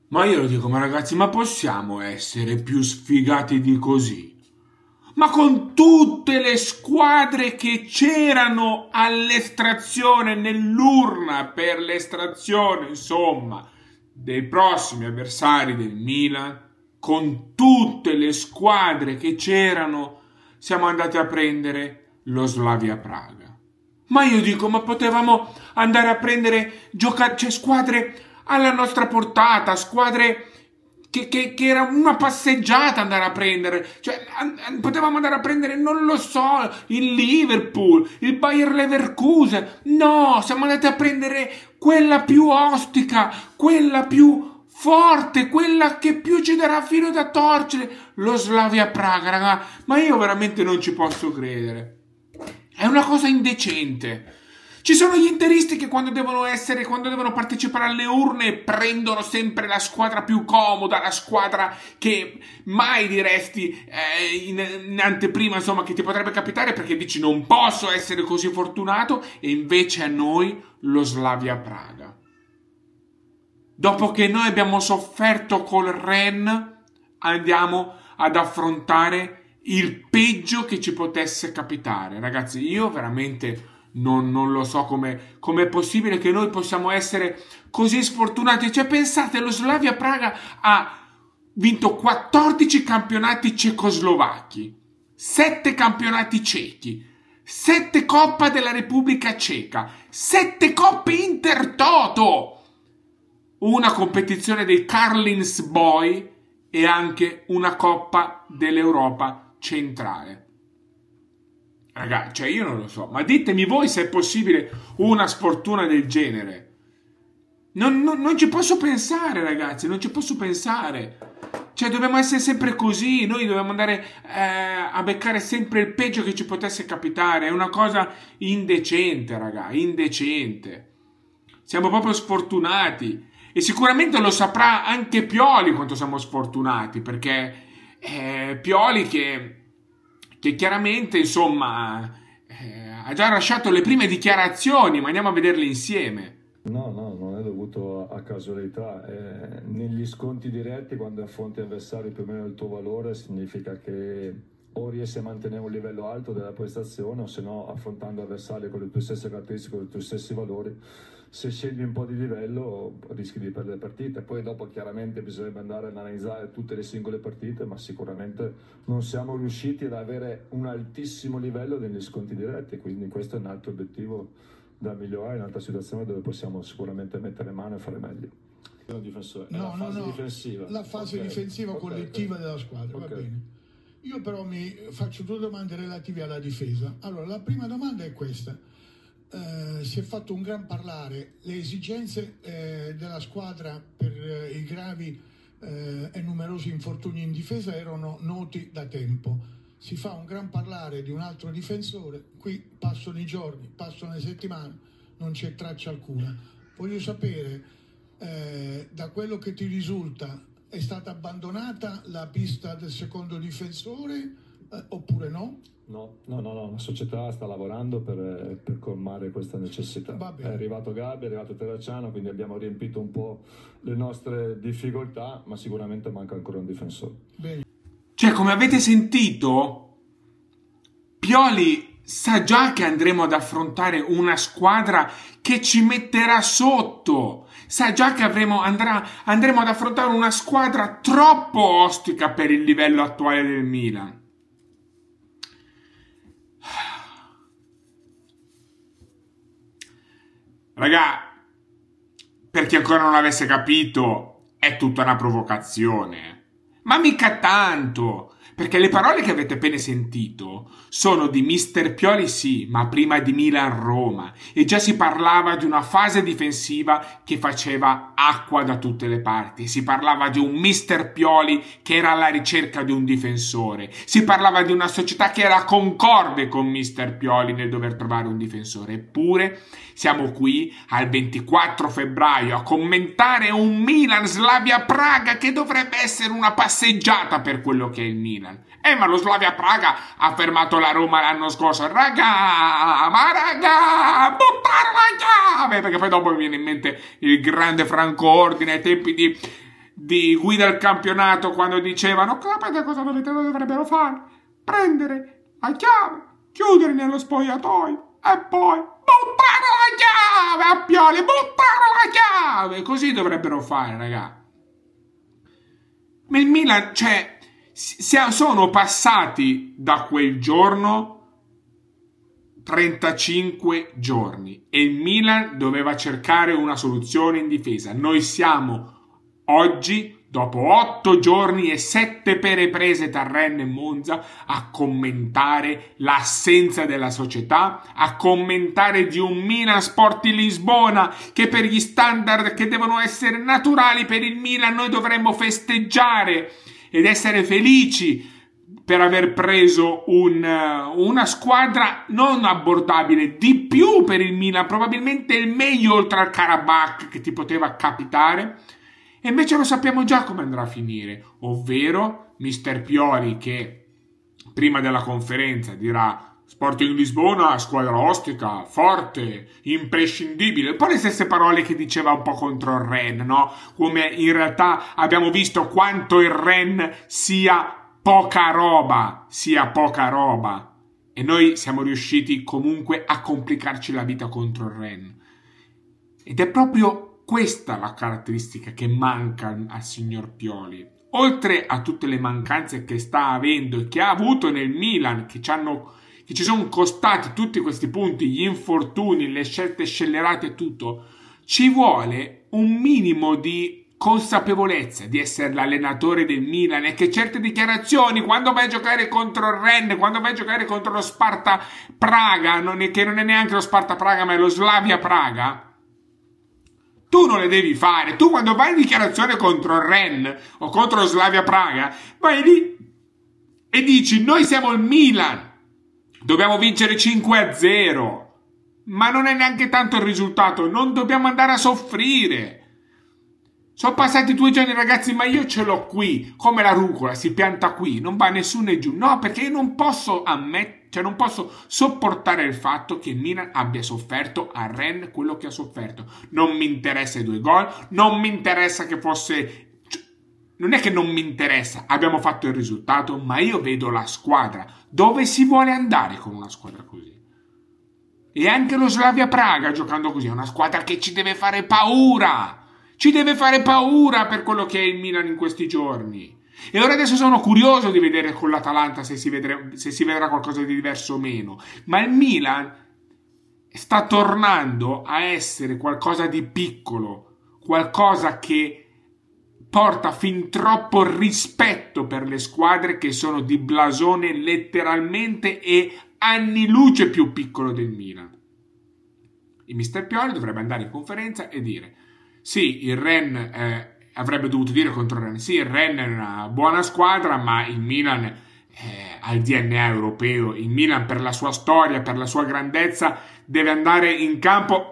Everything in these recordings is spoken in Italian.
Ma io lo dico, ma ragazzi, ma possiamo essere più sfigati di così? Ma con tutte le squadre che c'erano all'estrazione, nell'urna per l'estrazione, insomma, dei prossimi avversari del Milan, con tutte le squadre che c'erano, siamo andati a prendere lo Slavia Praga. Ma io dico, ma potevamo andare a prendere cioè, squadre alla nostra portata, squadre che era una passeggiata andare a prendere, cioè potevamo andare a prendere, non lo so, il Liverpool, il Bayer Leverkusen. No, siamo andati a prendere quella più ostica, quella più forte, quella che più ci darà filo da torcere, lo Slavia Praga, raga. Ma io veramente non ci posso credere, è una cosa indecente. Ci sono gli interisti che quando devono partecipare alle urne prendono sempre la squadra più comoda, la squadra che mai diresti in anteprima, insomma, che ti potrebbe capitare, perché dici non posso essere così fortunato, e invece a noi lo Slavia Praga. Dopo che noi abbiamo sofferto col Ren, andiamo ad affrontare il peggio che ci potesse capitare. Ragazzi, io veramente non lo so come è possibile che noi possiamo essere così sfortunati. Cioè, pensate, lo Slavia Praga ha vinto 14 campionati cecoslovacchi, 7 campionati cechi, 7 Coppa della Repubblica Ceca, 7 Coppe Intertoto, una competizione dei Carlins Boy e anche una Coppa dell'Europa centrale. Ragazzi, cioè io non lo so, ma ditemi voi se è possibile una sfortuna del genere. Non ci posso pensare, ragazzi, non ci posso pensare. Cioè dobbiamo essere sempre così, noi dobbiamo andare a beccare sempre il peggio che ci potesse capitare. È una cosa indecente, ragazzi, indecente. Siamo proprio sfortunati. E sicuramente lo saprà anche Pioli quanto siamo sfortunati, perché Pioli che chiaramente, insomma, ha già lasciato le prime dichiarazioni, ma andiamo a vederle insieme. No, non è dovuto a casualità. Negli sconti diretti, quando affronti avversari più o meno del tuo valore, significa che o riesci a mantenere un livello alto della prestazione, o se no, affrontando avversari con le tue stesse caratteristiche, con i tuoi stessi valori, se scendi un po' di livello rischi di perdere partite. Poi dopo chiaramente bisognerebbe andare ad analizzare tutte le singole partite, ma sicuramente non siamo riusciti ad avere un altissimo livello negli sconti diretti, quindi questo è un altro obiettivo da migliorare, un'altra situazione dove possiamo sicuramente mettere mano e fare meglio. La fase difensiva collettiva della squadra, va bene. Io però mi faccio due domande relative alla difesa. Allora, la prima domanda è questa. Si è fatto un gran parlare, le esigenze della squadra per i gravi e numerosi infortuni in difesa erano noti da tempo. Si fa un gran parlare di un altro difensore, qui passano i giorni, passano le settimane, non c'è traccia alcuna. Voglio sapere, da quello che ti risulta, è stata abbandonata la pista del secondo difensore oppure no? No, la società sta lavorando per colmare questa necessità. È arrivato Gabi, è arrivato Terracciano, quindi abbiamo riempito un po' le nostre difficoltà, ma sicuramente manca ancora un difensore. Bene. Cioè, come avete sentito, Pioli sa già che andremo ad affrontare una squadra che ci metterà sotto. Sa già che andremo ad affrontare una squadra troppo ostica per il livello attuale del Milan. Raga, per chi ancora non l'avesse capito, è tutta una provocazione. Ma mica tanto, perché le parole che avete appena sentito sono di Mister Pioli, sì, ma prima di Milan-Roma, e già si parlava di una fase difensiva che faceva acqua da tutte le parti. Si parlava di un Mister Pioli che era alla ricerca di un difensore, si parlava di una società che era concorde con Mister Pioli nel dover trovare un difensore. Eppure siamo qui al 24 febbraio a commentare un Milan-Slavia Praga che dovrebbe essere una passeggiata per quello che è il Milan. Ma lo Slavia Praga ha fermato la Roma l'anno scorso. Raga, buttare la chiave! Perché poi dopo mi viene in mente il grande Franco Ordine ai tempi di guida al campionato quando dicevano capite cosa dovrebbero fare? Prendere la chiave, chiudere nello spogliatoio e poi buttare la chiave a Pioli, buttare la chiave, così dovrebbero fare, raga. Ma il Milan, cioè, sono passati da quel giorno 35 giorni e il Milan doveva cercare una soluzione in difesa. Noi siamo oggi, dopo 8 giorni e 7 pere prese tra Rennes e Monza, a commentare l'assenza della società, a commentare di un Milan Sport Lisbona che per gli standard che devono essere naturali per il Milan noi dovremmo festeggiare ed essere felici per aver preso una squadra non abbordabile, di più per il Milan, probabilmente il meglio oltre al Karabakh che ti poteva capitare. E invece lo sappiamo già come andrà a finire, ovvero Mister Pioli che prima della conferenza dirà Sporting Lisbona, squadra ostica, forte, imprescindibile, un po' le stesse parole che diceva un po' contro il Rennes, no? Come in realtà abbiamo visto quanto il Rennes sia poca roba, e noi siamo riusciti comunque a complicarci la vita contro il Rennes. Ed è proprio questa la caratteristica che manca al signor Pioli. Oltre a tutte le mancanze che sta avendo e che ha avuto nel Milan, che ci sono costati tutti questi punti, gli infortuni, le scelte scellerate e tutto, ci vuole un minimo di consapevolezza di essere l'allenatore del Milan e che certe dichiarazioni quando vai a giocare contro il Rennes, quando vai a giocare contro lo Sparta Praga, che non è neanche lo Sparta Praga ma è lo Slavia Praga, tu non le devi fare. Tu quando vai in dichiarazione contro il Rennes o contro lo Slavia Praga vai lì e dici noi siamo il Milan, dobbiamo vincere 5-0, ma non è neanche tanto il risultato, non dobbiamo andare a soffrire. Sono passati 2 giorni ragazzi, ma io ce l'ho qui, come la rucola, si pianta qui, non va nessuno e giù. No, perché io non posso non posso sopportare il fatto che il Milan abbia sofferto a Rennes quello che ha sofferto. Non mi interessa i 2 gol, non mi interessa che fosse... Non è che non mi interessa, abbiamo fatto il risultato, ma io vedo la squadra. Dove si vuole andare con una squadra così? E anche lo Slavia Praga giocando così, è una squadra che ci deve fare paura. Ci deve fare paura per quello che è il Milan in questi giorni. E ora adesso sono curioso di vedere con l'Atalanta se si vedrà qualcosa di diverso o meno. Ma il Milan sta tornando a essere qualcosa di piccolo, qualcosa che porta fin troppo rispetto per le squadre che sono di blasone letteralmente e anni luce più piccolo del Milan. Il Mister Pioli dovrebbe andare in conferenza e dire sì, il Rennes avrebbe dovuto dire contro il Rennes, sì, il Rennes è una buona squadra, ma il Milan ha il DNA europeo, il Milan per la sua storia, per la sua grandezza deve andare in campo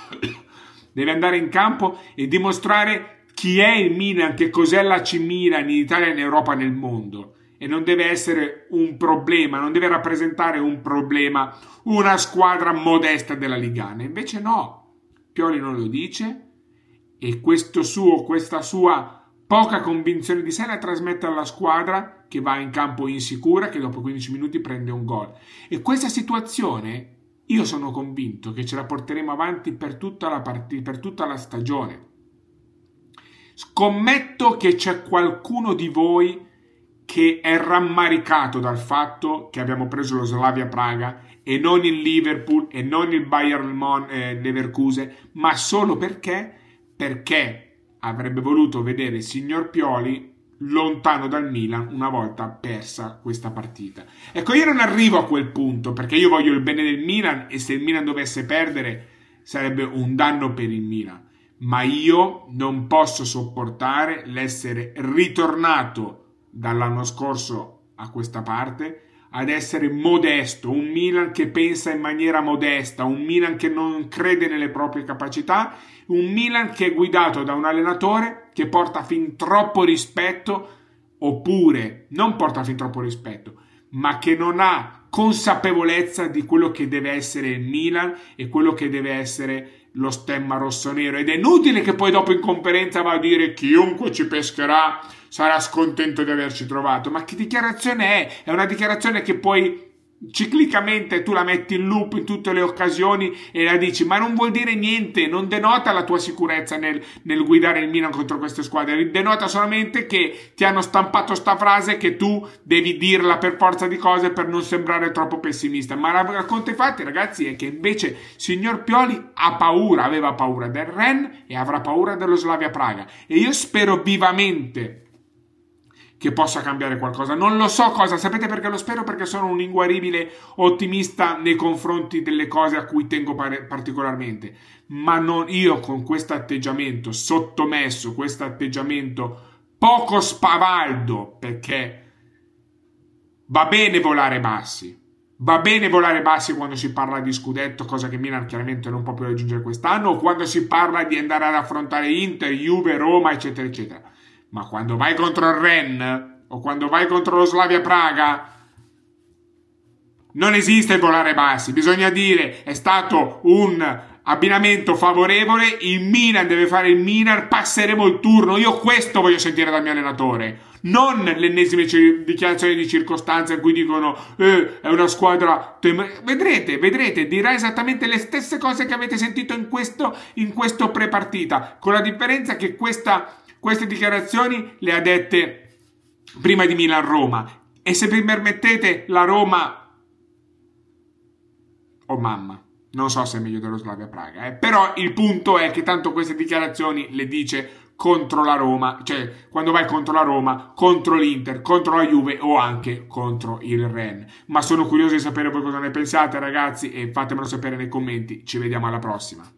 e dimostrare chi è il Milan, che cos'è l'AC Milan in Italia, in Europa, nel mondo. E non deve essere un problema, non deve rappresentare un problema una squadra modesta della Ligana. Invece no, Pioli non lo dice. E questa sua poca convinzione di sé la trasmette alla squadra, che va in campo insicura, che dopo 15 minuti prende un gol. E questa situazione io sono convinto che ce la porteremo avanti per tutta la stagione. Scommetto che c'è qualcuno di voi che è rammaricato dal fatto che abbiamo preso lo Slavia Praga e non il Liverpool e non il Bayern Leverkusen, ma solo perché avrebbe voluto vedere il signor Pioli lontano dal Milan una volta persa questa partita. Ecco, io non arrivo a quel punto perché io voglio il bene del Milan e se il Milan dovesse perdere sarebbe un danno per il Milan, ma io non posso sopportare l'essere ritornato dall'anno scorso a questa parte ad essere modesto, un Milan che pensa in maniera modesta, un Milan che non crede nelle proprie capacità, un Milan che è guidato da un allenatore che porta fin troppo rispetto, oppure non porta fin troppo rispetto, ma che non ha consapevolezza di quello che deve essere il Milan e quello che deve essere lo stemma rossonero, ed è inutile che poi dopo in conferenza va a dire chiunque ci pescherà sarà scontento di averci trovato. Ma che dichiarazione è? È una dichiarazione che poi ciclicamente tu la metti in loop in tutte le occasioni e la dici, ma non vuol dire niente, non denota la tua sicurezza nel guidare il Milan contro queste squadre, denota solamente che ti hanno stampato sta frase che tu devi dirla per forza di cose per non sembrare troppo pessimista. Ma la racconta ai fatti, ragazzi, è che invece signor Pioli aveva paura del Rennes e avrà paura dello Slavia Praga, e io spero vivamente che possa cambiare qualcosa. Non lo so cosa, sapete perché lo spero? Perché sono un inguaribile ottimista nei confronti delle cose a cui tengo particolarmente, ma non io con questo atteggiamento sottomesso, questo atteggiamento poco spavaldo, perché va bene volare bassi quando si parla di scudetto, cosa che Milan chiaramente non può più raggiungere quest'anno, o quando si parla di andare ad affrontare Inter, Juve, Roma, eccetera eccetera. Ma quando vai contro il Rennes o quando vai contro lo Slavia Praga non esiste il volare bassi, bisogna dire è stato un abbinamento favorevole, il Milan deve fare il Milan, passeremo il turno. Io questo voglio sentire dal mio allenatore, non l'ennesime dichiarazioni di circostanza in cui dicono è una squadra vedrete, dirà esattamente le stesse cose che avete sentito in questo pre-partita, con la differenza che queste dichiarazioni le ha dette prima di Milan-Roma, e se mi permettete la Roma mamma, non so se è meglio dello Slavia Praga, però il punto è che tanto queste dichiarazioni le dice contro la Roma, cioè quando vai contro la Roma, contro l'Inter, contro la Juve o anche contro il Rennes. Ma sono curioso di sapere voi cosa ne pensate, ragazzi, e fatemelo sapere nei commenti. Ci vediamo alla prossima.